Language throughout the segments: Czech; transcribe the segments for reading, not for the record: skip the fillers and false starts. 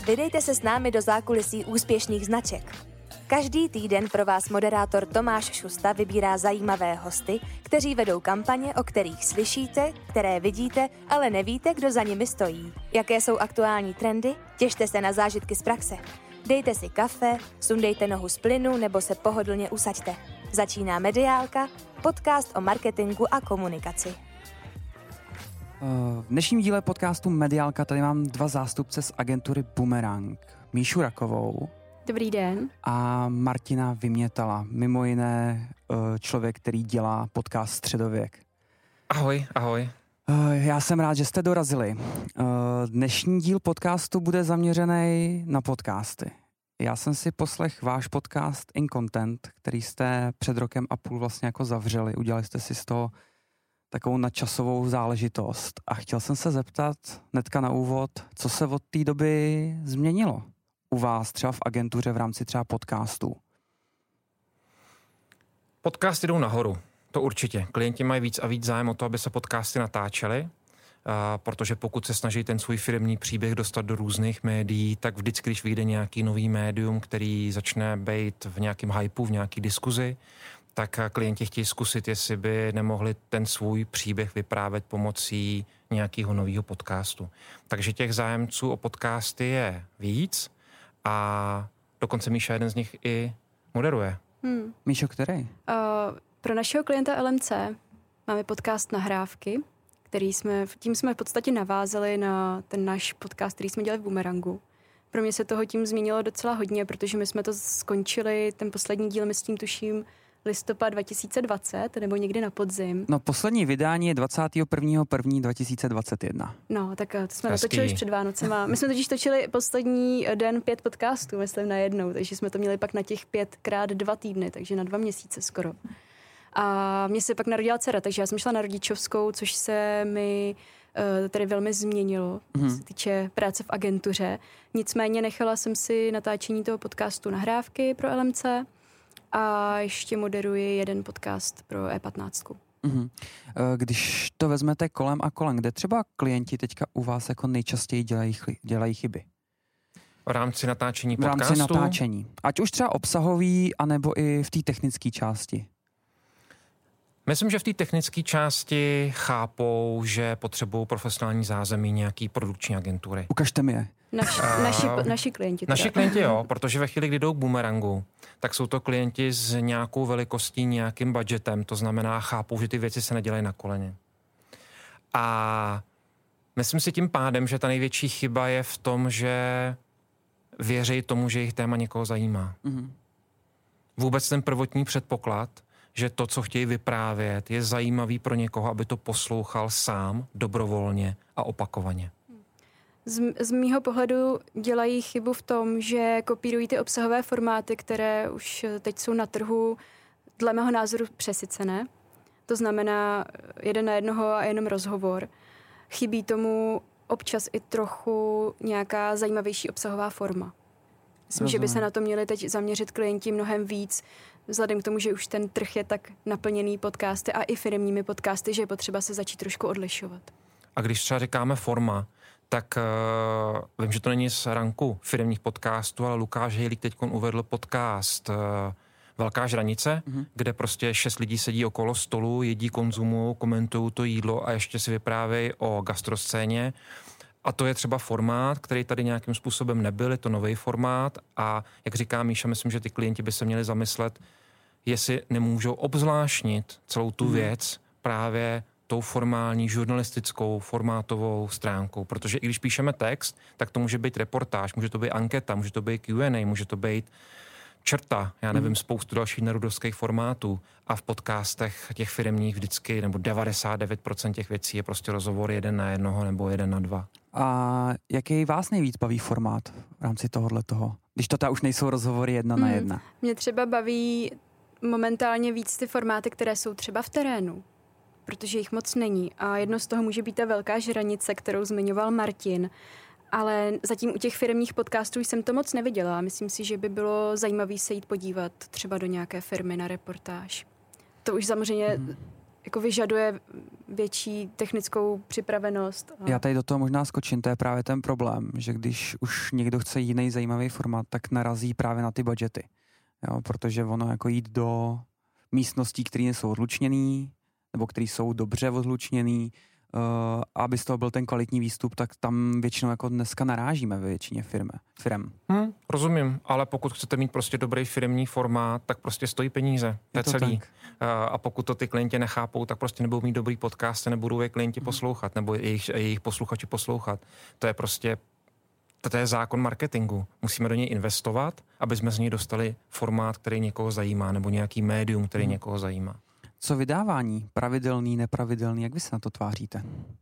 vydejte se s námi do zákulisí úspěšných značek. Každý týden pro vás moderátor Tomáš Šusta vybírá zajímavé hosty, kteří vedou kampaně, o kterých slyšíte, které vidíte, ale nevíte, kdo za nimi stojí. Jaké jsou aktuální trendy? Těšte se na zážitky z praxe. Dejte si kafe, sundejte nohu z plynu nebo se pohodlně usaďte. Začíná Mediálka, podcast o marketingu a komunikaci. V dnešním díle podcastu Mediálka tady mám dva zástupce z agentury Boomerang. Míšu Rakovou. Dobrý den. A Martina Vymětala, mimo jiné člověk, který dělá podcast Středověk. Ahoj, ahoj. Já jsem rád, že jste dorazili. Dnešní díl podcastu bude zaměřený na podcasty. Já jsem si poslech váš podcast In Content, který jste před rokem a půl vlastně jako zavřeli. Udělali jste si z toho takovou nadčasovou záležitost. A chtěl jsem se zeptat hnedka na úvod, co se od té doby změnilo u vás třeba v agentuře v rámci třeba podcastů? Podcasty jdou nahoru, to určitě. Klienti mají víc a víc zájem o to, aby se podcasty natáčely, protože pokud se snaží ten svůj firemní příběh dostat do různých médií, tak vždycky, když vyjde nějaký nový médium, který začne být v nějakém hypeu, v nějaký diskuzi, tak klienti chtějí zkusit, jestli by nemohli ten svůj příběh vyprávět pomocí nějakého nového podcastu. Takže těch zájemců o podcasty je víc a dokonce Míša jeden z nich i moderuje. Míšo, který? Pro našeho klienta LMC máme podcast Nahrávky, tím jsme v podstatě navázali na ten náš podcast, který jsme dělali v Boomerangu. Pro mě se toho tím změnilo docela hodně, protože my jsme to skončili, ten poslední díl, myslím, tuším, listopad 2020, nebo někdy na podzim. No, poslední vydání je 21.1.2021. No, tak to jsme natočili už před Vánocema. My jsme totiž točili poslední den 5 podcastů, myslím, najednou, takže jsme to měli pak na těch 5x2 týdny, takže na 2 měsíce skoro. A mně se pak narodila dcera, takže já jsem šla na rodičovskou, což se mi tady velmi změnilo, co se týče práce v agentuře. Nicméně nechala jsem si natáčení toho podcastu Nahrávky pro LMC a ještě moderuji jeden podcast pro E15. Když to vezmete kolem a kolem, kde třeba klienti teďka u vás jako nejčastěji dělají chyby? V rámci natáčení podcastu? V rámci natáčení. Ať už třeba obsahový, anebo i v té technické části. Myslím, že v té technické části chápou, že potřebují profesionální zázemí nějaký produkční agentury. Ukažte mi je. Naši klienti. Naši klienti jo, protože ve chvíli, kdy jdou k Boomerangu, tak jsou to klienti s nějakou velikostí, nějakým budgetem, to znamená chápou, že ty věci se nedělají na koleně. A myslím si tím pádem, že ta největší chyba je v tom, že věří tomu, že jejich téma někoho zajímá. Vůbec ten prvotní předpoklad, že to, co chtějí vyprávět, je zajímavý pro někoho, aby to poslouchal sám, dobrovolně a opakovaně. Z mýho pohledu dělají chybu v tom, že kopírují ty obsahové formáty, které už teď jsou na trhu, dle mého názoru přesycené. To znamená jeden na jednoho a jenom rozhovor. Chybí tomu občas i trochu nějaká zajímavější obsahová forma. Myslím, že by se na to měli teď zaměřit klienti mnohem víc, vzhledem k tomu, že už ten trh je tak naplněný podcasty a i firemními podcasty, že je potřeba se začít trošku odlišovat. A když třeba říkáme forma, tak vím, že to není z ranku firemních podcastů, ale Lukáš Hejlík teď uvedl podcast Velká žranice, kde prostě 6 lidí sedí okolo stolu, jedí, konzumují, komentují to jídlo a ještě si vyprávějí o gastroscéně. A to je třeba formát, který tady nějakým způsobem nebyl, je to nový formát a jak říká Míša, myslím, že ty klienti by se měli zamyslet, jestli nemůžou obzvláštnit celou tu věc právě tou formální žurnalistickou formátovou stránkou, protože i když píšeme text, tak to může být reportáž, může to být anketa, může to být Q&A, může to být črta, já nevím, spoustu dalších nerudovských formátů a v podcastech těch firemních vždycky, nebo 99% těch věcí je prostě rozhovor 1 na 1 nebo 1 na 2. A jaký vás nejvíc baví formát v rámci tohohletoho? Když to už nejsou rozhovory 1 na 1. Mě třeba baví momentálně víc ty formáty, které jsou třeba v terénu, protože jich moc není. A jedno z toho může být ta Velká žranice, kterou zmiňoval Martin. Ale zatím u těch firemních podcastů jsem to moc neviděla. Myslím si, že by bylo zajímavé se jít podívat třeba do nějaké firmy na reportáž. To už samozřejmě jako vyžaduje větší technickou připravenost. Já tady do toho možná skočím, to je právě ten problém, že když už někdo chce jiný zajímavý formát, tak narazí právě na ty budgety. Jo, protože ono jako jít do místností, které nejsou odlučněný, nebo které jsou dobře odlučněný, aby z toho byl ten kvalitní výstup, tak tam většinou jako dneska narážíme ve většině firem. Rozumím, ale pokud chcete mít prostě dobrý firemní formát, tak prostě stojí peníze. To je celý. Tak. A pokud to ty klienti nechápou, tak prostě nebudou mít dobrý podcast, nebudou je klienti poslouchat, nebo jejich posluchači poslouchat. To je prostě to je zákon marketingu. Musíme do něj investovat, aby jsme z něj dostali formát, který někoho zajímá, nebo nějaký médium, který někoho zajímá. Co vydávání? Pravidelný, nepravidelný? Jak vy se na to tváříte?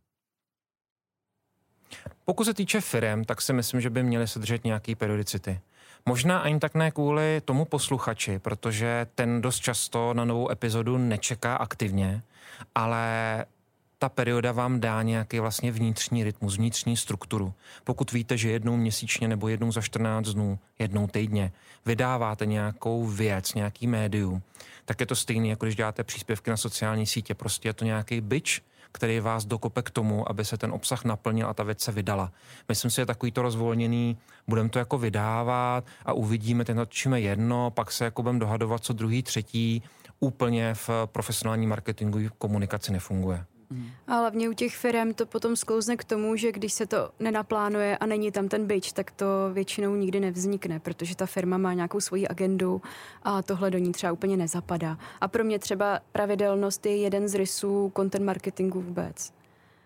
Pokud se týče firem, tak si myslím, že by měli se držet nějaký periodicity. Možná ani tak ne kvůli tomu posluchači, protože ten dost často na novou epizodu nečeká aktivně, ale ta perioda vám dá nějaký vlastně vnitřní rytmus, vnitřní strukturu. Pokud víte, že jednou měsíčně nebo jednou za 14 dnů, jednou týdně vydáváte nějakou věc, nějaký médium, tak je to stejné, jako když děláte příspěvky na sociální sítě. Prostě je to nějaký bič, který vás dokope k tomu, aby se ten obsah naplnil a ta věc se vydala. Myslím si, že takový to rozvolněný, budeme to jako vydávat a uvidíme, teď natočíme jedno, pak se jako budeme dohadovat, co druhý, třetí, úplně v profesionální marketingu komunikaci nefunguje. A hlavně u těch firem to potom sklouzne k tomu, že když se to nenaplánuje a není tam ten bič, tak to většinou nikdy nevznikne, protože ta firma má nějakou svoji agendu a tohle do ní třeba úplně nezapadá. A pro mě třeba pravidelnost je jeden z rysů content marketingu vůbec.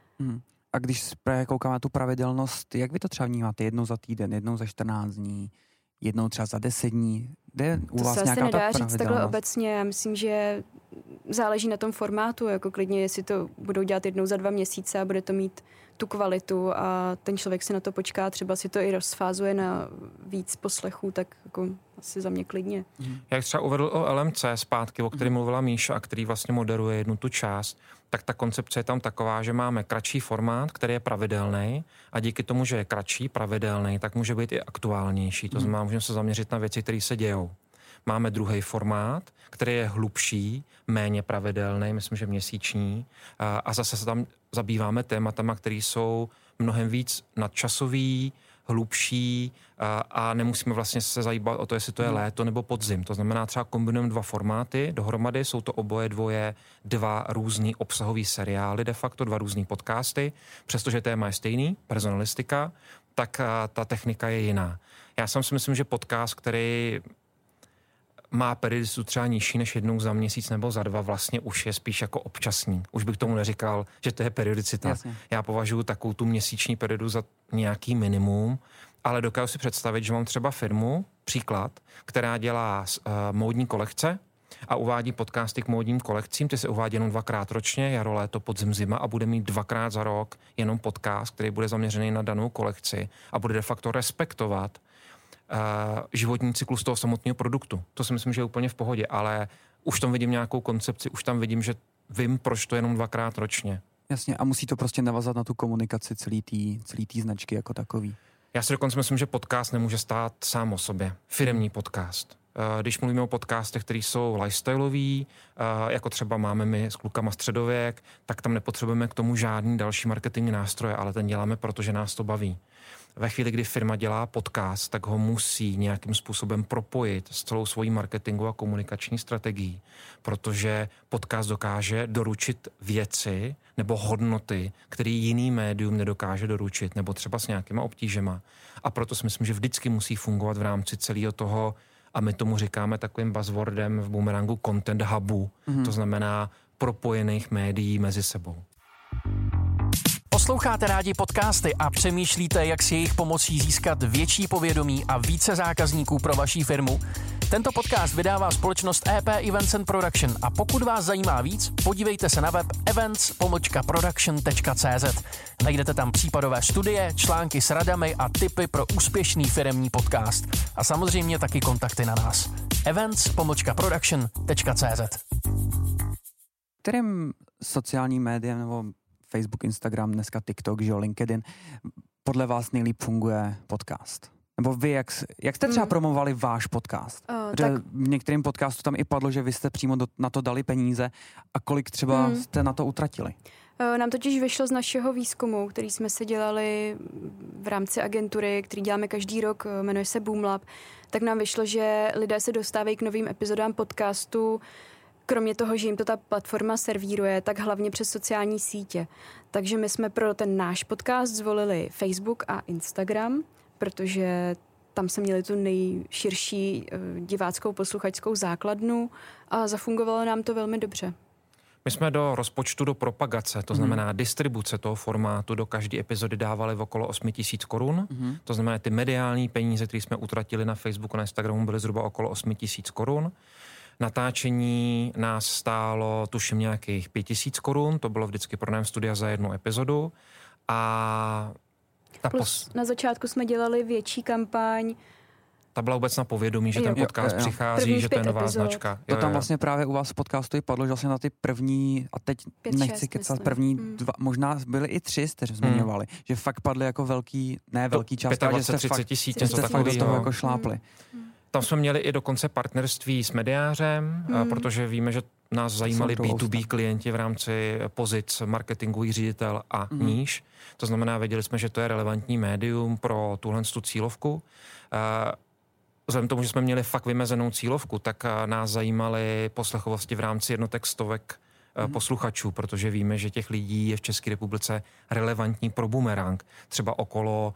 A když koukáme na tu pravidelnost, jak vy to třeba vnímáte? Jednou za týden, jednou za 14 dní, jednou třeba za 10 dní? Kde u vás nějaká ta pravidelnost? To se asi nedá říct takhle obecně. Já myslím, že záleží na tom formátu, jako klidně, jestli to budou dělat jednou za 2 měsíce a bude to mít tu kvalitu a ten člověk si na to počká, třeba si to i rozfázuje na víc poslechů, tak jako asi za mě klidně. Jak třeba uvedl o LMC zpátky, o kterém mluvila Míša a který vlastně moderuje jednu tu část, tak ta koncepce je tam taková, že máme kratší formát, který je pravidelný a díky tomu, že je kratší, pravidelný, tak může být i aktuálnější. To znamená, můžeme se zaměřit na věci, které se dějou. Máme druhý formát, který je hlubší, méně pravidelný, myslím, že měsíční, a zase se tam zabýváme tématama, které jsou mnohem víc nadčasový, hlubší a nemusíme vlastně se zajímat o to, jestli to je léto nebo podzim. To znamená, třeba kombinujeme 2 formáty dohromady, jsou to oboje 2 různý obsahový seriály, de facto 2 různý podcasty, přestože téma je stejný, personalistika, tak ta technika je jiná. Já si myslím, že podcast, který má periodicitu třeba nižší než jednou za měsíc nebo za 2, vlastně už je spíš jako občasný. Už bych tomu neříkal, že to je periodicita. Jasně. Já považuji takovou tu měsíční periodu za nějaký minimum, ale dokážu si představit, že mám třeba firmu, příklad, která dělá módní kolekce a uvádí podcasty k módním kolekcím, ty se uvádí jenom 2krát ročně, jaro, léto, podzim, zima a bude mít 2krát za rok jenom podcast, který bude zaměřený na danou kolekci a bude de facto respektovat životní cyklus toho samotného produktu. To si myslím, že je úplně v pohodě, ale už tam vidím nějakou koncepci, už tam vidím, že vím, proč to je jenom 2krát ročně. Jasně, a musí to prostě navazat na tu komunikaci celý tý značky jako takový. Já si dokonce myslím, že podcast nemůže stát sám o sobě. Firemní podcast. Když mluvíme o podcastech, které jsou lifestyleový, jako třeba máme my s klukama Středověk, tak tam nepotřebujeme k tomu žádný další marketingní nástroje, ale ten děláme, protože nás to baví. Ve chvíli, kdy firma dělá podcast, tak ho musí nějakým způsobem propojit s celou svojí marketingovou a komunikační strategií, protože podcast dokáže doručit věci nebo hodnoty, které jiný médium nedokáže doručit, nebo třeba s nějakýma obtížema. A proto si myslím, že vždycky musí fungovat v rámci celého toho, a my tomu říkáme takovým buzzwordem v Boomerangu content hubu, to znamená propojených médií mezi sebou. Posloucháte rádi podcasty a přemýšlíte, jak s jejich pomocí získat větší povědomí a více zákazníků pro vaši firmu? Tento podcast vydává společnost EP Events and Production a pokud vás zajímá víc, podívejte se na web events-production.cz. Najdete tam případové studie, články s radami a tipy pro úspěšný firemní podcast. A samozřejmě taky kontakty na nás. events-production.cz. Kterým sociálním médiem nebo Facebook, Instagram, dneska TikTok, že jo, LinkedIn, podle vás nejlíp funguje podcast? Nebo vy, jak jste třeba promovali váš podcast? V některém podcastu tam i padlo, že vy jste přímo na to dali peníze a kolik třeba jste na to utratili? Nám totiž vyšlo z našeho výzkumu, který jsme si dělali v rámci agentury, který děláme každý rok, jmenuje se Boomlab, tak nám vyšlo, že lidé se dostávají k novým epizodám podcastu, kromě toho, že jim to ta platforma servíruje, tak hlavně přes sociální sítě. Takže my jsme pro ten náš podcast zvolili Facebook a Instagram, protože tam jsme měli tu nejširší diváckou posluchačskou základnu a zafungovalo nám to velmi dobře. My jsme do rozpočtu do propagace, to znamená distribuce toho formátu, do každé epizody dávali v okolo 8 000 korun. To znamená, ty mediální peníze, které jsme utratili na Facebooku a na Instagramu, byly zhruba okolo 8 000 korun. Natáčení nás stálo tuším nějakých 5 000 korun, to bylo vždycky pronájem studia za jednu epizodu. A plus na začátku jsme dělali větší kampaň. Ta byla vůbec na povědomí, že ten podcast přichází, že to je nová značka. To tam vlastně právě u vás v podcastu i padlo, že vlastně na ty první, a teď 5, nechci 6, kecat, první 2, možná byly i 3, jste zmiňovali, že fakt padly jako velký část, že jste 30 tisíc, jste fakt do toho jako šlápli. Tam jsme měli i dokonce partnerství s mediářem, protože víme, že nás zajímali B2B klienti v rámci pozic marketingový ředitel a níž. To znamená, věděli jsme, že to je relevantní médium pro tuhle cílovku. Vzhledem tomu, že jsme měli fakt vymezenou cílovku, tak nás zajímaly poslechovosti v rámci jednotek stovek posluchačů, protože víme, že těch lidí je v České republice relevantní pro Boomerang. Třeba okolo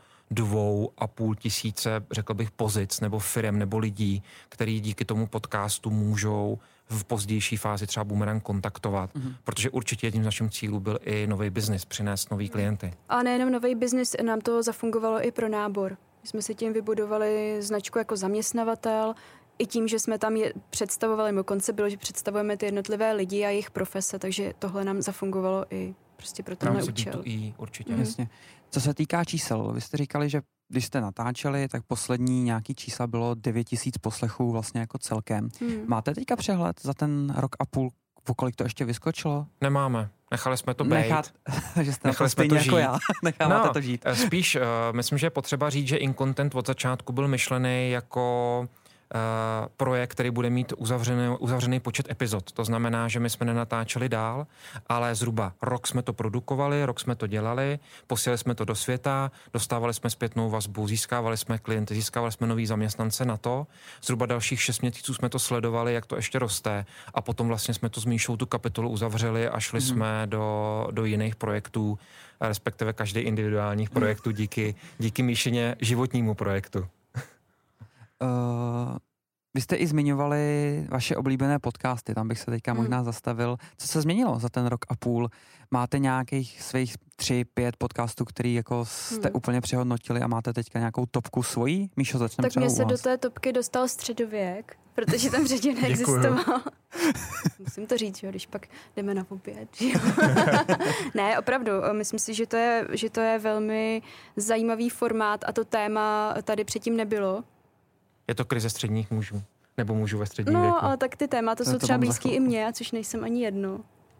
2,5 tisíce, řekl bych, pozic nebo firem nebo lidí, který díky tomu podcastu můžou v pozdější fázi třeba Boomerang kontaktovat, protože určitě jedním z našich cílů byl i nový biznis, přinést nový klienty. A nejenom nový biznis, nám to zafungovalo i pro nábor. My jsme si tím vybudovali značku jako zaměstnavatel, i tím, že jsme tam představovali, můj koncept bylo, že představujeme ty jednotlivé lidi a jejich profese, takže tohle nám zafungovalo i prostě pro tenhle účel. Určitě. Jasně. Co se týká čísel, vy jste říkali, že když jste natáčeli, tak poslední nějaký čísla bylo 9 000 poslechů vlastně jako celkem. Máte teďka přehled za ten rok a půl, o kolik to ještě vyskočilo? Nemáme. Nechali jsme to být. Že jste nechali jsme to žít. Jako já. Necháváte to žít. Spíš, myslím, že je potřeba říct, že InContent od začátku byl myšlený jako projekt, který bude mít uzavřený počet epizod. To znamená, že my jsme nenatáčeli dál, ale zhruba rok jsme to produkovali, rok jsme to dělali, posílali jsme to do světa, dostávali jsme zpětnou vazbu, získávali jsme klienty, získávali jsme nový zaměstnance na to. Zhruba dalších 6 měsíců jsme to sledovali, jak to ještě roste, a potom vlastně jsme to s Míšou tu kapitolu uzavřeli a šli jsme do jiných projektů, respektive každý individuálních projektů díky Míšině životnímu projektu. Vy jste i zmiňovali vaše oblíbené podcasty, tam bych se teďka možná zastavil. Co se změnilo za ten rok a půl? Máte nějakých svých 3-5 podcastů, který jako jste úplně přehodnotili a máte teďka nějakou topku svojí? Míšo, začneme třeba u vás. Tak mě se do té topky dostal Středověk, protože tam předtím neexistoval. Musím to říct, když pak jdeme na oběd. Ne, opravdu, myslím si, že to je velmi zajímavý formát a to téma tady předtím nebylo. Je to krize středních mužů, nebo mužů ve středním věku. No, ale tak ty témata jsou třeba blízký i mně, což nejsem ani jedno.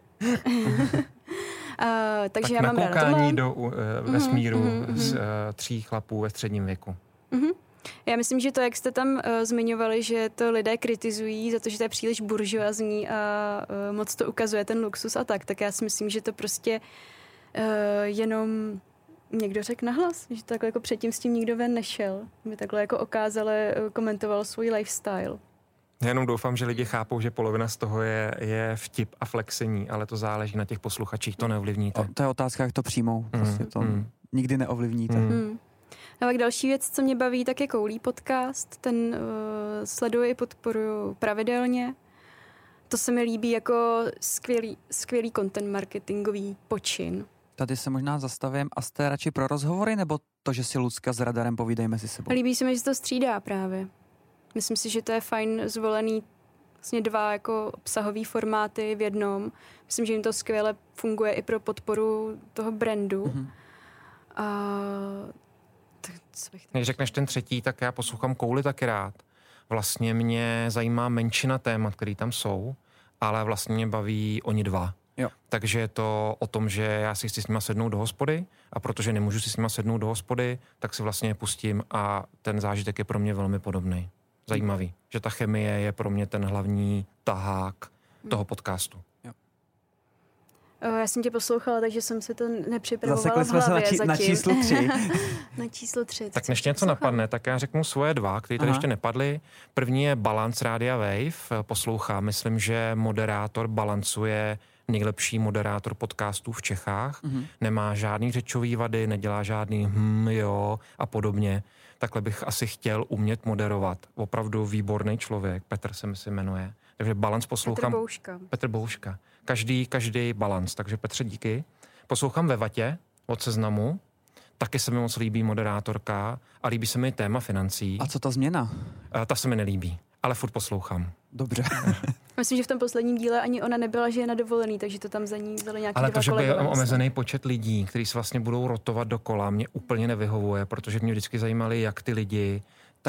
Takže já mám ráda nakoukání do vesmíru z 3 chlapů ve středním věku. Já myslím, že to, jak jste tam zmiňovali, že to lidé kritizují za to, že to je příliš buržoazní a moc to ukazuje ten luxus a tak já si myslím, že to prostě jenom někdo řekl nahlas, že takhle jako předtím s tím nikdo ven nešel. By takhle jako okázale komentoval svůj lifestyle. Já jenom doufám, že lidi chápou, že polovina z toho je vtip a flexení, ale to záleží na těch posluchačích, to neovlivníte. To je otázka, jak to přijmou. Prostě to nikdy neovlivníte. A tak další věc, co mě baví, tak je Koulí podcast. Ten sleduji i podporuji pravidelně. To se mi líbí jako skvělý content marketingový počin. Tady se možná zastavím. A jste radši pro rozhovory, nebo to, že si Lucka s Radarem povídají mezi sebou? Líbí se mi, že se to střídá právě. Myslím si, že to je fajn zvolený vlastně 2 jako obsahový formáty v jednom. Myslím, že jim to skvěle funguje i pro podporu toho brandu. Když řekneš ten třetí, tak já poslouchám Kouli taky rád. Vlastně mě zajímá menšina témat, které tam jsou, ale vlastně mě baví oni 2. Jo. Takže je to o tom, že já si chci s nima sednout do hospody a protože nemůžu si s nima sednout do hospody, tak si vlastně je pustím a ten zážitek je pro mě velmi podobný. Zajímavý, že ta chemie je pro mě ten hlavní tahák toho podcastu. Já jsem tě poslouchala, takže jsem si to nepřipravovala Zasekli jsme v hlavě se na číslo 3. Na číslo 3. Tak než něco napadne, tak já řeknu svoje 2, které tady ještě nepadly. První je Balance Rádia Wave. Poslouchám, myslím, že moderátor balancuje nejlepší moderátor podcastů v Čechách. Nemá žádný řečový vady, nedělá žádný jo a podobně. Takhle bych asi chtěl umět moderovat. Opravdu výborný člověk, Petr se mi si jmenuje. Takže Balance poslouchám. Petr Bouška. Každý Balance. Takže Petře, díky. Poslouchám Ve vatě od Seznamu. Taky se mi moc líbí moderátorka a líbí se mi téma financí. A co ta změna? Ta se mi nelíbí, ale furt poslouchám. Dobře. Myslím, že v tom posledním díle ani ona nebyla, že je na dovolený, takže to tam za ní vzali nějaký ale dva to, že by kolegové. omezený počet lidí, kteří se vlastně budou rotovat dokola, mě úplně nevyhovuje, protože mě vždycky zajímali jak ty lidi,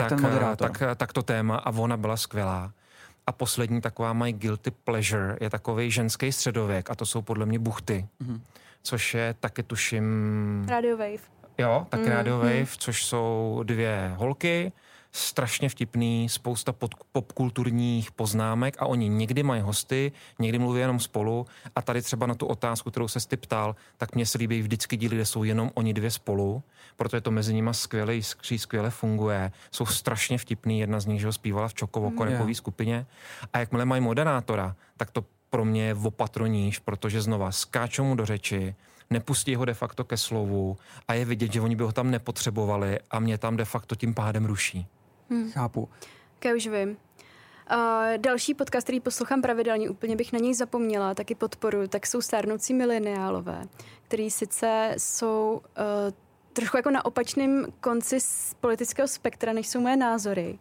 tak to téma a ona byla skvělá. A poslední taková my guilty pleasure je takovej ženský středověk a to jsou podle mě buchty, což je taky tuším... Radio Wave. Jo, tak Radio Wave, což jsou 2 holky, strašně vtipný, spousta popkulturních poznámek a oni někdy mají hosty, někdy mluví jenom spolu a tady třeba na tu otázku, kterou se ty ptal, tak mně se líbí vždycky díly, kde jsou jenom oni 2 spolu, protože to mezi nima skvěle funguje. Jsou strašně vtipný, jedna z nich, že ho zpívala v Čokovo-Korepový skupině a jakmile mají moderátora, tak to pro mě je opatroníž, protože znova skáčou mu do řeči, nepustí ho de facto ke slovu a je vidět, že oni by ho tam nepotřebovali a mě tam de facto tím pádem ruší. Chápu. Já už vím. Další podcast, který poslouchám pravidelně, úplně bych na něj zapomněla, taky podporu, tak jsou Stárnoucí mileniálové, který sice jsou trochu jako na opačném konci politického spektra, než jsou moje názory.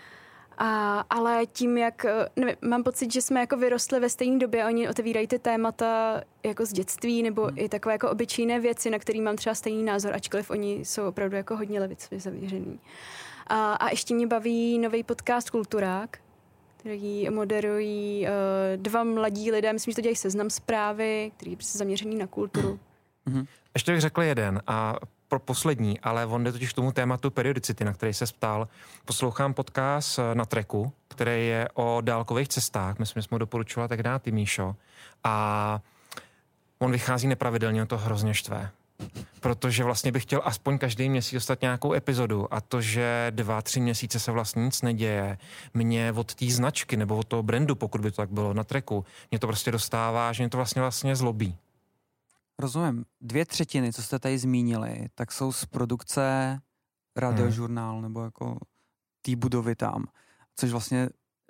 Ale tím, jak nevím, mám pocit, že jsme jako vyrostli ve stejné době, oni otevírají ty témata jako z dětství, nebo i takové jako obyčejné věci, na který mám třeba stejný názor, ačkoliv oni jsou opravdu jako hodně levicově zaměřený. A ještě mě baví nový podcast Kulturák, který moderují 2 mladí lidé, myslím, že to dělají Seznam Zprávy, který je prostě zaměřený na kulturu. Ještě bych řekl jeden a pro poslední, ale on jde totiž k tomu tématu periodicity, na který se ptal. Poslouchám podcast Na Treku, který je o dálkových cestách. Myslím, že jsme ho doporučoval tak dát ty, Míšo. A on vychází nepravidelně, on to hrozně štve. Protože vlastně bych chtěl aspoň každý měsíc dostat nějakou epizodu a to, že 2-3 měsíce se vlastně nic neděje, mě od té značky nebo od toho brandu, pokud by to tak bylo na Treku, mě to prostě dostává, že mě to vlastně zlobí. Rozumím. 2/3, co jste tady zmínili, tak jsou z produkce Radiožurnál nebo jako té budovy tam, což vlastně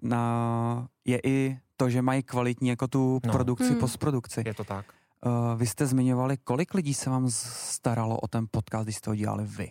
je i to, že mají kvalitní jako tu produkci, postprodukci. Je to tak. Vy jste zmiňovali, kolik lidí se vám staralo o ten podcast, když jste ho dělali vy?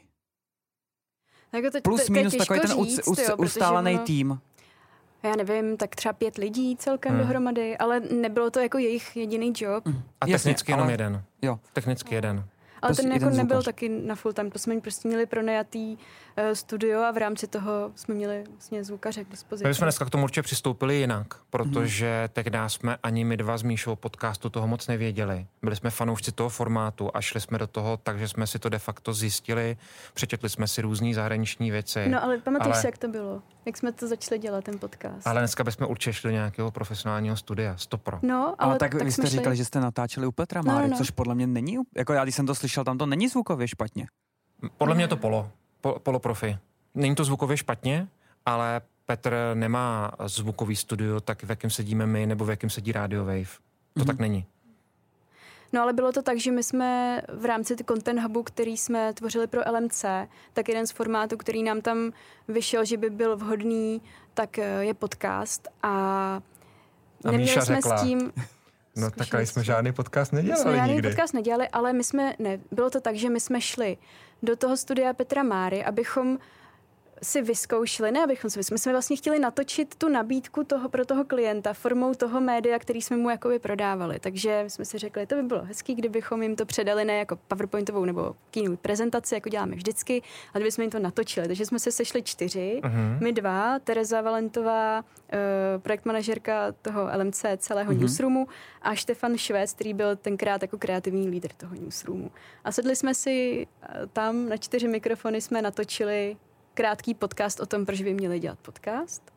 Plus minus takový ten ustálený tým. Já nevím, tak třeba 5 lidí celkem dohromady, ale nebylo to jako jejich jediný job. A technicky jenom jeden. Jo. Technicky jeden. Ale ten jako nebyl taky na full time, to jsme prostě měli pronajatý studio a v rámci toho jsme měli vlastně zvukaře k dispozici. My jsme dneska k tomu určitě přistoupili jinak, protože tehdy jsme ani my 2 z Míšou podcastu toho moc nevěděli. Byli jsme fanoušci toho formátu a šli jsme do toho tak, že jsme si to de facto zjistili, přečetli jsme si různý zahraniční věci. No ale pamatuješ si, jak to bylo? Jak jsme to začali dělat, ten podcast? Ale dneska bychom určitě šli do nějakého profesionálního studia, 100%. No, ale tak vy jste říkali, že jste natáčeli u Petra Máry, což podle mě není, jako já když jsem to slyšel, tam to není zvukově špatně. Podle mě je to poloprofi. Není to zvukově špatně, ale Petr nemá zvukový studio, tak v jakém sedíme my, nebo v jakém sedí Radio Wave. To tak není. No ale bylo to tak, že my jsme v rámci Content Hubu, který jsme tvořili pro LMC, tak jeden z formátů, který nám tam vyšel, že by byl vhodný, tak je podcast a Míša jsme řekla, s tím... No tak jsme žádný podcast nedělali jsme nikdy. Žádný podcast nedělali, ale bylo to tak, že my jsme šli do toho studia Petra Máry, abychom si vyzkoušeli, ne abychom si vyzkoušeli, my jsme vlastně chtěli natočit tu nabídku pro toho klienta formou toho média, který jsme mu jakoby prodávali. Takže jsme si řekli, to by bylo hezký, kdybychom jim to předali ne jako PowerPointovou nebo keynote prezentaci, jako děláme vždycky, ale kdybychom jim to natočili. Takže jsme se sešli 4, my 2, Tereza Valentová, projektmanažerka toho LMC celého newsroomu a Štefan Švec, který byl tenkrát jako kreativní lídr toho newsroomu. A sedli jsme si tam na 4 mikrofony, jsme natočili krátký podcast o tom, proč by měli dělat podcast.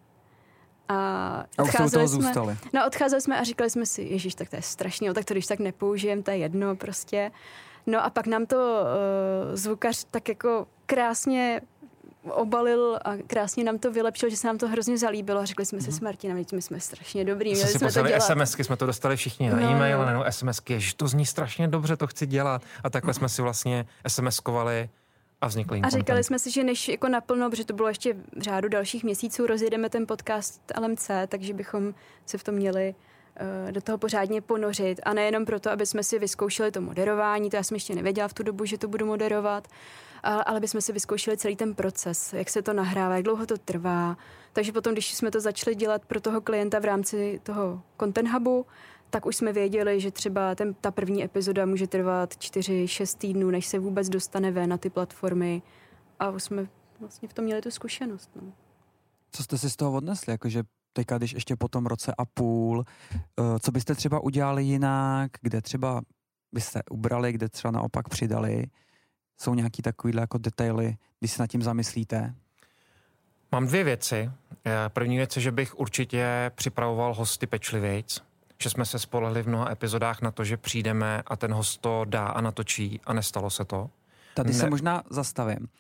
A odcházeli jsme a říkali jsme si, ježiš, tak to je strašný, tak to když tak nepoužijem, to je jedno prostě. No a pak nám to zvukař tak jako krásně obalil a krásně nám to vylepšil, že se nám to hrozně zalíbilo a řekli jsme si s Martinem, my jsme strašně dobrý, měli jsme to dělat. SMSky jsme to dostali všichni na e-mail, nebo SMSky, že to zní strašně dobře, to chci dělat. A takhle jsme si vlastně SMSkovali a vznikl A říkali jsme si, že než jako naplno, protože to bylo ještě v řádu dalších měsíců, rozjedeme ten podcast LMC, takže bychom se v tom měli do toho pořádně ponořit. A nejenom proto, aby jsme si vyzkoušeli to moderování, to já jsem ještě nevěděla v tu dobu, že to budu moderovat, ale bychom si vyzkoušeli celý ten proces, jak se to nahrává, jak dlouho to trvá. Takže potom, když jsme to začali dělat pro toho klienta v rámci toho Content Hubu, tak už jsme věděli, že třeba ta první epizoda může trvat 4-6 týdnů, než se vůbec dostane ven na ty platformy. A už jsme vlastně v tom měli tu zkušenost. No. Co jste si z toho odnesli? Jakože teďka, když ještě po tom roce a půl, co byste třeba udělali jinak, kde třeba byste ubrali, kde třeba naopak přidali? Jsou nějaký takovýhle jako detaily, když se nad tím zamyslíte? Mám 2 věci. První věc je, že bych určitě připravoval hosty pečlivějc, že jsme se spolehli v mnoha epizodách na to, že přijdeme a ten host to dá a natočí a nestalo se to. Tady se možná zastavím.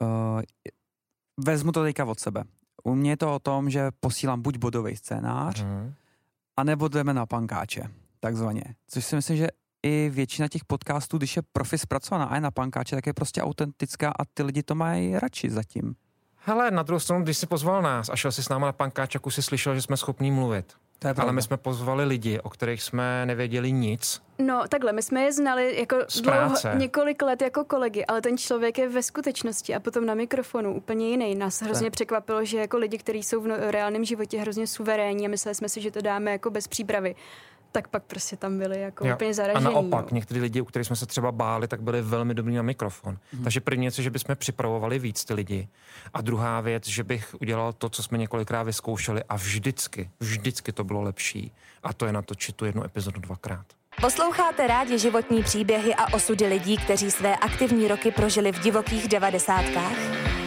Vezmu to teďka od sebe. U mě je to o tom, že posílám buď bodový scénář, anebo jdeme na pankáče, takzvaně. Což si myslím, že i většina těch podcastů, když je profi zpracovaná a je na pankáče, tak je prostě autentická a ty lidi to mají radši zatím. Hele, na druhou stranu, když jsi pozval nás a šel si s náma na pankáč, jak už jsi slyšel, že jsme schopní mluvit. Ale my jsme pozvali lidi, o kterých jsme nevěděli nic. No takhle, my jsme je znali jako několik let jako kolegy, ale ten člověk je ve skutečnosti a potom na mikrofonu úplně jiný. Nás hrozně překvapilo, že jako lidi, kteří jsou v reálném životě hrozně suverénní a mysleli jsme si, že to dáme jako bez přípravy. Tak pak prostě tam byli jako úplně zaražení. A naopak, někteří lidi, u kterých jsme se třeba báli, tak byli velmi dobrý na mikrofon. Takže první věc, že bychom připravovali víc ty lidi. A druhá věc, že bych udělal to, co jsme několikrát vyzkoušeli a vždycky to bylo lepší. A to je natočit tu 1 epizodu 2krát. Posloucháte rádi životní příběhy a osudy lidí, kteří své aktivní roky prožili v divokých 90kách?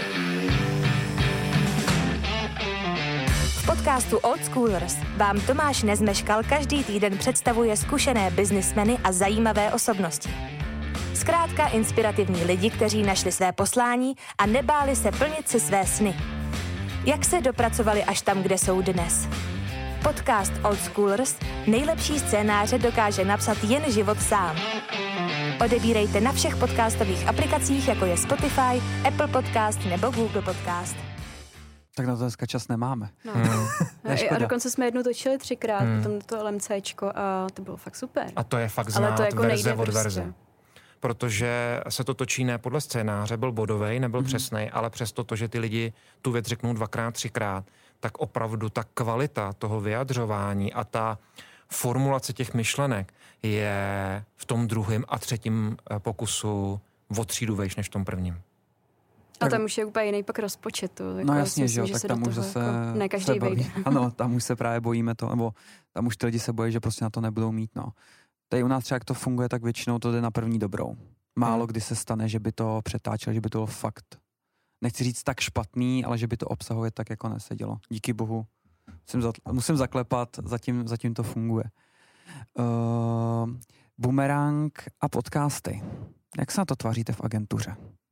V podcastu Old Schoolers vám Tomáš Nezmeškal každý týden představuje zkušené biznismeny a zajímavé osobnosti. Zkrátka inspirativní lidi, kteří našli své poslání a nebáli se plnit si své sny. Jak se dopracovali až tam, kde jsou dnes? Podcast Old Schoolers nejlepší scénáře dokáže napsat jen život sám. Odebírejte na všech podcastových aplikacích, jako je Spotify, Apple Podcast nebo Google Podcast. Tak na to dneska čas nemáme. No. A dokonce jsme jednu točili 3krát, potom to LMCčko a to bylo fakt super. A to je fakt znát jako verze od verze. Protože se to točí ne podle scénáře, byl bodovej, nebyl přesnej, ale přesto to, že ty lidi tu věc řeknou 2krát, 3krát, tak opravdu ta kvalita toho vyjadřování a ta formulace těch myšlenek je v tom 2. a 3. pokusu o třídu vejš než v tom prvním. A tam už je úplně jiný pak rozpočet. To, jako no jasně, že jo, tak tam už zase jako ne každý vejde. Ano, tam už se právě bojíme to, nebo tam už ty lidi se bojí, že prostě na to nebudou mít, no. Tady u nás třeba, jak to funguje, tak většinou to jde na první dobrou. Málo kdy se stane, že by to přetáčelo, že by to bylo fakt, nechci říct tak špatný, ale že by to obsahově tak jako nesedělo. Díky bohu. Musím zaklepat, zatím to funguje. Boomerang a podcasty. Jak se na to tváříte v agentuře?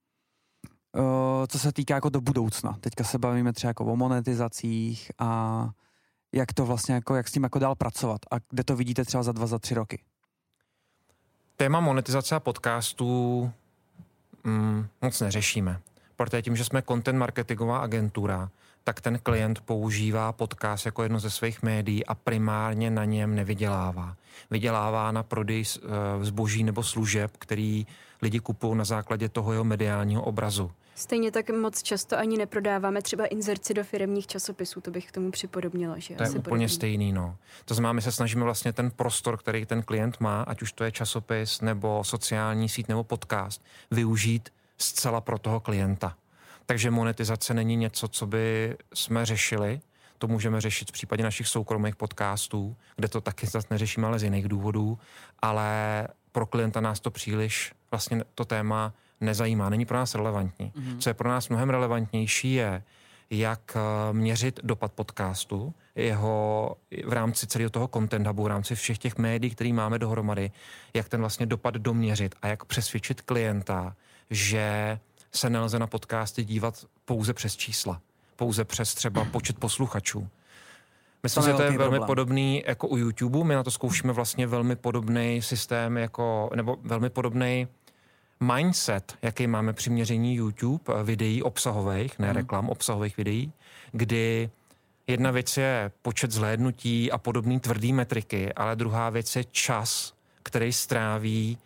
Co se týká jako do budoucna. Teďka se bavíme třeba jako o monetizacích a jak to vlastně jako, jak s tím jako dál pracovat a kde to vidíte třeba za 2, za 3 roky. Téma monetizace a podcastů moc neřešíme. Protože tím, že jsme content marketingová agentura, tak ten klient používá podcast jako jedno ze svých médií a primárně na něm nevydělává. Vydělává na prodej zboží nebo služeb, který lidi kupují na základě toho jeho mediálního obrazu. Stejně tak moc často ani neprodáváme třeba inzerci do firemních časopisů, to bych k tomu připodobnila. Že to je úplně stejný, no. To znamená, my se snažíme vlastně ten prostor, který ten klient má, ať už to je časopis, nebo sociální síť, nebo podcast, využít zcela pro toho klienta. Takže monetizace není něco, co by jsme řešili. To můžeme řešit v případě našich soukromých podcastů, kde to taky zase neřešíme, ale z jiných důvodů. Ale pro klienta nás to příliš vlastně to téma nezajímá, není pro nás relevantní. Co je pro nás mnohem relevantnější je, jak měřit dopad podcastu, jeho v rámci celého toho content hubu, v rámci všech těch médií, který máme dohromady, jak ten vlastně dopad doměřit a jak přesvědčit klienta, že se nelze na podcasty dívat pouze přes čísla, pouze přes třeba počet posluchačů. Myslím, že to je velmi podobný jako u YouTube. My na to zkoušíme vlastně velmi podobný systém, nebo velmi podobný mindset, jaký máme při měření YouTube videí obsahových, ne reklam, obsahových videí, kdy jedna věc je počet zhlédnutí a podobný tvrdý metriky, ale druhá věc je čas, který stráví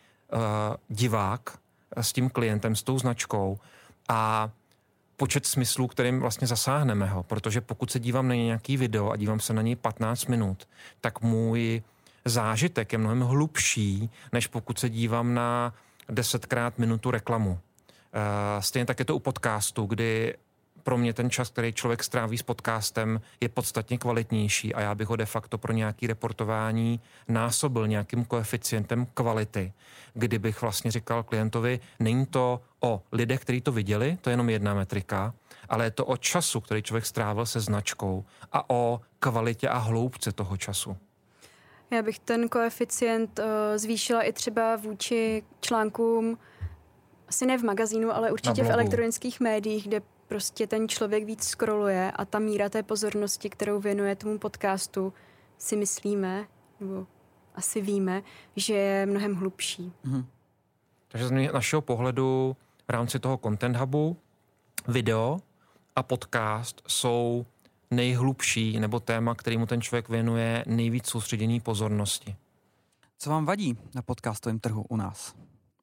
divák s tím klientem, s tou značkou a počet smyslů, kterým vlastně zasáhneme ho, protože pokud se dívám na nějaký video a dívám se na něj 15 minut, tak můj zážitek je mnohem hlubší, než pokud se dívám na 10krát minutu reklamu. Stejně tak je to u podcastu, kdy pro mě ten čas, který člověk stráví s podcastem, je podstatně kvalitnější a já bych ho de facto pro nějaké reportování násobil nějakým koeficientem kvality, kdybych vlastně říkal klientovi, není to o lidech, kteří to viděli, to je jenom jedna metrika, ale je to o času, který člověk strávil se značkou a o kvalitě a hloubce toho času. Já bych ten koeficient zvýšila i třeba vůči článkům, asi ne v magazínu, ale určitě v elektronických médiích, kde prostě ten člověk víc scrolluje a ta míra té pozornosti, kterou věnuje tomu podcastu, si myslíme, nebo asi víme, že je mnohem hlubší. Takže z našeho pohledu v rámci toho Content Hubu video a podcast jsou nejhlubší nebo téma, kterému ten člověk věnuje nejvíc soustředění pozornosti. Co vám vadí na podcastovém trhu u nás?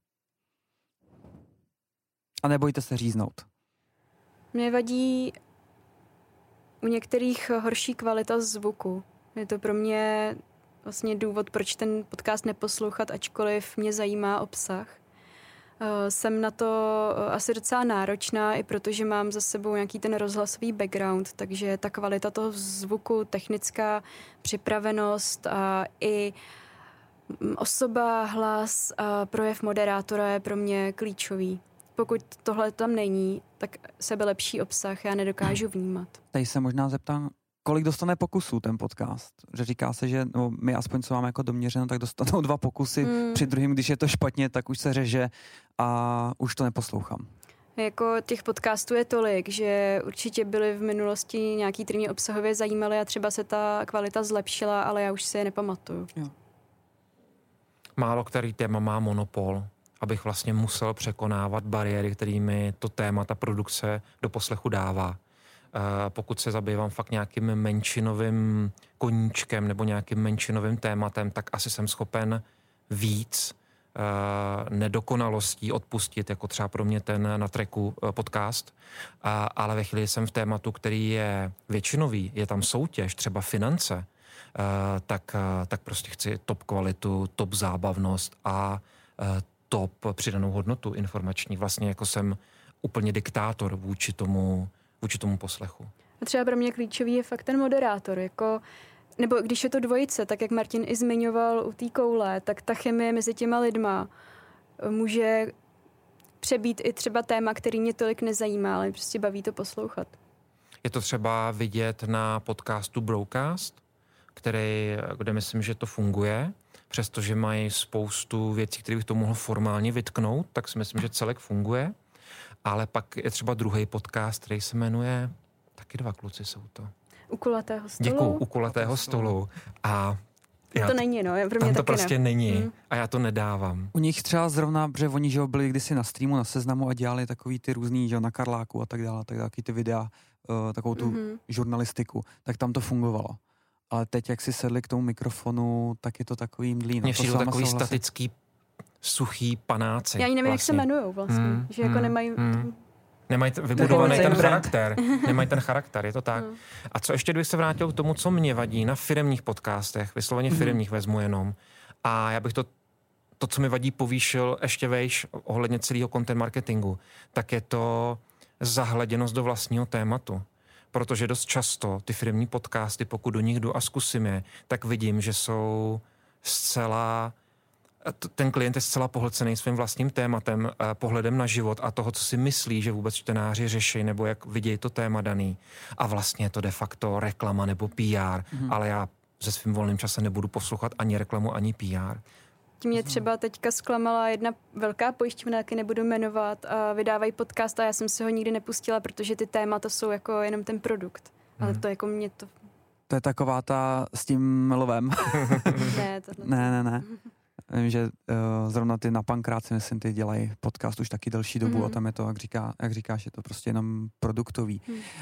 A nebojte se říznout. Mně vadí u některých horší kvalita zvuku. Je to pro mě vlastně důvod, proč ten podcast neposlouchat, ačkoliv mě zajímá obsah. Jsem na to asi docela náročná, i protože mám za sebou nějaký ten rozhlasový background, takže ta kvalita toho zvuku, technická připravenost a i osoba, hlas a projev moderátora je pro mě klíčový. Pokud tohle tam není, tak sebelepší obsah já nedokážu vnímat. Tady se možná zeptám, kolik dostane pokusů ten podcast? Že říká se, že my aspoň co máme jako doměřeno, tak dostanou 2 pokusy, při druhým, když je to špatně, tak už se řeže a už to neposlouchám. Jako těch podcastů je tolik, že určitě byly v minulosti nějaký, který mě obsahově zajímaly a třeba se ta kvalita zlepšila, ale já už si je nepamatuju. Jo. Málo který téma má monopol, abych vlastně musel překonávat bariéry, kterými to téma, ta produkce do poslechu dává. Pokud se zabývám fakt nějakým menšinovým koníčkem nebo nějakým menšinovým tématem, tak asi jsem schopen víc nedokonalostí odpustit, jako třeba pro mě ten na tracku podcast. Ale ve chvíli jsem v tématu, který je většinový, je tam soutěž, třeba finance, tak prostě chci top kvalitu, top zábavnost a top přidanou hodnotu informační. Vlastně jako jsem úplně diktátor vůči tomu poslechu. A třeba pro mě klíčový je fakt ten moderátor, nebo když je to dvojice, tak jak Martin i zmiňoval u té koule, tak ta chemie mezi těma lidma může přebít i třeba téma, který mě tolik nezajímá, ale prostě baví to poslouchat. Je to třeba vidět na podcastu Broadcast, kde myslím, že to funguje, přestože mají spoustu věcí, které bych to mohl formálně vytknout, tak si myslím, že celek funguje. Ale pak je třeba druhý podcast, který se jmenuje, taky 2 kluci jsou to. U kulatého stolu. Děkuju, u kulatého stolu. A to není, no, pro mě tam to taky prostě není a já to nedávám. U nich třeba zrovna, protože oni že byli kdysi na streamu, na Seznamu a dělali takový ty různý, že na Karláku a tak dále, tak taky ty videa takovou tu žurnalistiku, tak tam to fungovalo. Ale teď, jak si sedli k tomu mikrofonu, tak je to takový mdlý. Mně přijde takový statický, suchý panáci. Já ani nevím, vlastně. Jak se jmenujou vlastně. Že jako nemají... Nemají vybudovaný ten charakter. Nemají ten charakter, je to tak. A co ještě, kdybych se vrátil k tomu, co mě vadí na firemních podcastech, vysloveně firemních vezmu jenom. A já bych to, co mi vadí, povýšil ještě vejš ohledně celého content marketingu, tak je to zahleděnost do vlastního tématu. Protože dost často ty firemní podcasty, pokud do nich jdu a zkusím je, tak vidím, že jsou zcela... Ten klient je zcela pohlcený svým vlastním tématem, pohledem na život a toho, co si myslí, že vůbec čtenáři řeší, nebo jak vidějí to téma daný. A vlastně je to de facto reklama nebo PR, ale já se svým volným časem nebudu poslouchat ani reklamu, ani PR. Tím mě třeba teďka zklamala jedna velká pojišťovna, taky nebudu jmenovat, a vydávají podcast a já jsem si ho nikdy nepustila, protože ty témata jsou jako jenom ten produkt. Ale to jako mě to... To je taková ta s tím lvem. Ne. Ne. Vím, že zrovna ty na Pankrát si myslím, ty dělají podcast už taky delší dobu a tam je to, jak říkáš, je to prostě jenom produktový.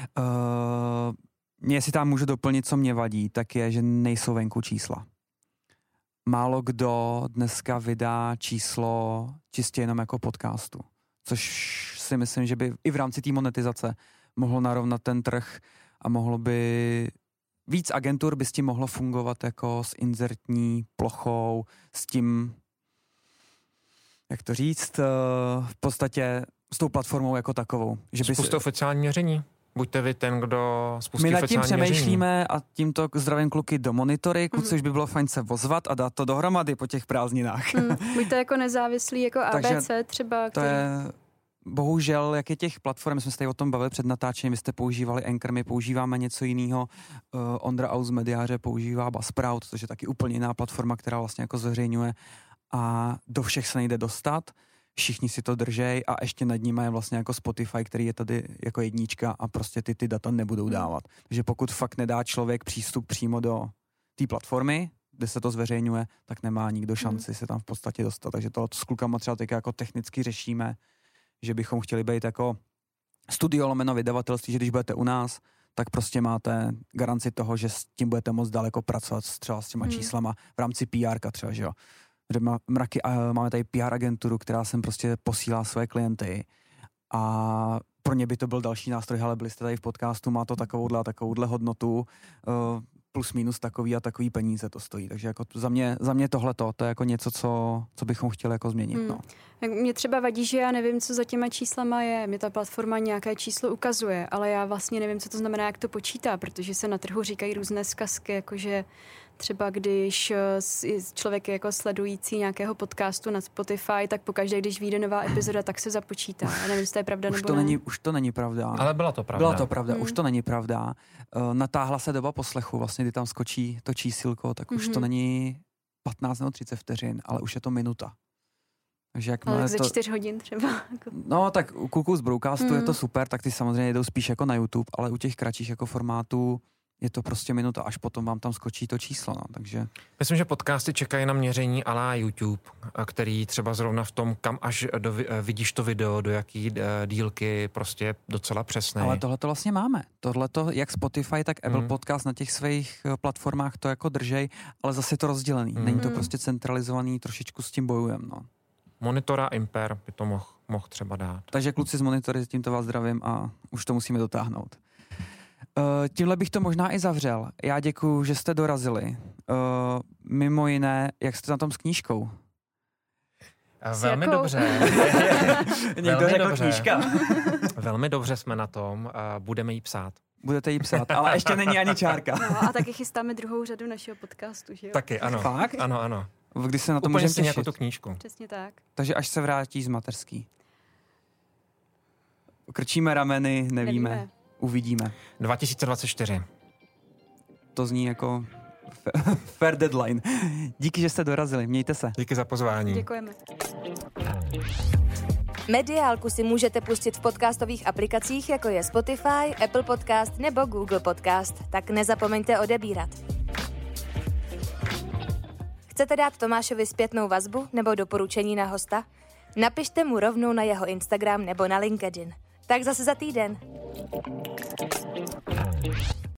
Jestli tam můžu doplnit, co mě vadí, tak je, že nejsou venku čísla. Málo kdo dneska vydá číslo čistě jenom jako podcastu, což si myslím, že by i v rámci té monetizace mohlo narovnat ten trh a mohlo by víc agentur by s tím mohlo fungovat jako s inzertní plochou, s tím, jak to říct, v podstatě s tou platformou jako takovou. Spusťte oficiální měření. Buďte vy ten, kdo spustí oficiální měření. My nad tím přemýšlíme a tímto zdravím kluky do Monitory, což by bylo fajn se ozvat a dát to dohromady po těch prázdninách. Buďte jako nezávislí, jako ABC třeba. To je... Bohužel, jak je těch platform, jsme se tady o tom bavili před natáčením, vy jste používali Anchor, my používáme něco jiného, Ondra Aus Mediáře používá Buzzsprout, což je taky úplně jiná platforma, která vlastně jako zveřejňuje a do všech se nejde dostat, všichni si to držej a ještě nad nimi je vlastně jako Spotify, který je tady jako jednička a prostě ty data nebudou dávat. Takže pokud fakt nedá člověk přístup přímo do té platformy, kde se to zveřejňuje, tak nemá nikdo šanci se tam v podstatě dostat. Takže to s klukama třeba teď jako technicky řešíme, že bychom chtěli být jako studio lomeno vydavatelství, že když budete u nás, tak prostě máte garanci toho, že s tím budete moc daleko pracovat třeba s těma číslama v rámci PR-ka třeba, že jo. Máme tady PR agenturu, která sem prostě posílá své klienty a pro ně by to byl další nástroj, ale byli jste tady v podcastu, má to takovouhle hodnotu, plus minus takový a takový peníze to stojí. Takže jako za mě tohleto, to je jako něco, co bychom chtěli jako změnit. No. Mě třeba vadí, že já nevím, co za těma číslama je. Mě ta platforma nějaké číslo ukazuje, ale já vlastně nevím, co to znamená, jak to počítá, protože se na trhu říkají různé zkazky, jakože třeba když člověk je jako sledující nějakého podcastu na Spotify, tak pokaždé, když vyjde nová epizoda, tak se započítá. Já nevím, jestli to je pravda nebo ne. Už to není pravda. Ale byla to pravda. Už to není pravda. Natáhla se doba poslechu, vlastně, kdy tam skočí to čísilko, tak už to není 15 nebo 30 vteřin, ale už je to minuta. Takže ale za 4 hodin třeba. No, tak u kluků z Broadcastu je to super, tak ty samozřejmě jdou spíš jako na YouTube, ale u těch kratších jako formátů je to prostě minuta, až potom vám tam skočí to číslo, no, takže... Myslím, že podcasty čekají na měření à la YouTube, který třeba zrovna v tom, kam až vidíš to video, do jaký dílky, prostě docela přesné. Ale tohle to vlastně máme. Tohleto, jak Spotify, tak Apple Podcast na těch svých platformách to jako držej, ale zase je to rozdělený. Není to prostě centralizovaný, trošičku s tím bojujem, no. Monitora Imper by to mohl třeba dát. Takže kluci z Monitory, tímto vás zdravím a už to musíme dotáhnout. Tímhle bych to možná i zavřel. Já děkuju, že jste dorazili. Mimo jiné, jak jste na tom s knížkou? Velmi dobře. Někdo řekl knížka. Velmi dobře jsme na tom. Budeme ji psát. Budete ji psát, ale ještě není ani čárka. No, a taky chystáme druhou řadu našeho podcastu, že jo? Taky, ano. Fakt? Ano. Když se na to můžeme těšit. Jako tu knížku. Přesně tak. Takže až se vrátí z mateřský. Krčíme rameny, nevíme. Uvidíme. 2024. To zní jako fair deadline. Díky, že jste dorazili. Mějte se. Díky za pozvání. Děkujeme. Mediálku si můžete pustit v podcastových aplikacích, jako je Spotify, Apple Podcast nebo Google Podcast. Tak nezapomeňte odebírat. Chcete dát Tomášovi zpětnou vazbu nebo doporučení na hosta? Napište mu rovnou na jeho Instagram nebo na LinkedIn. Tak zase za týden.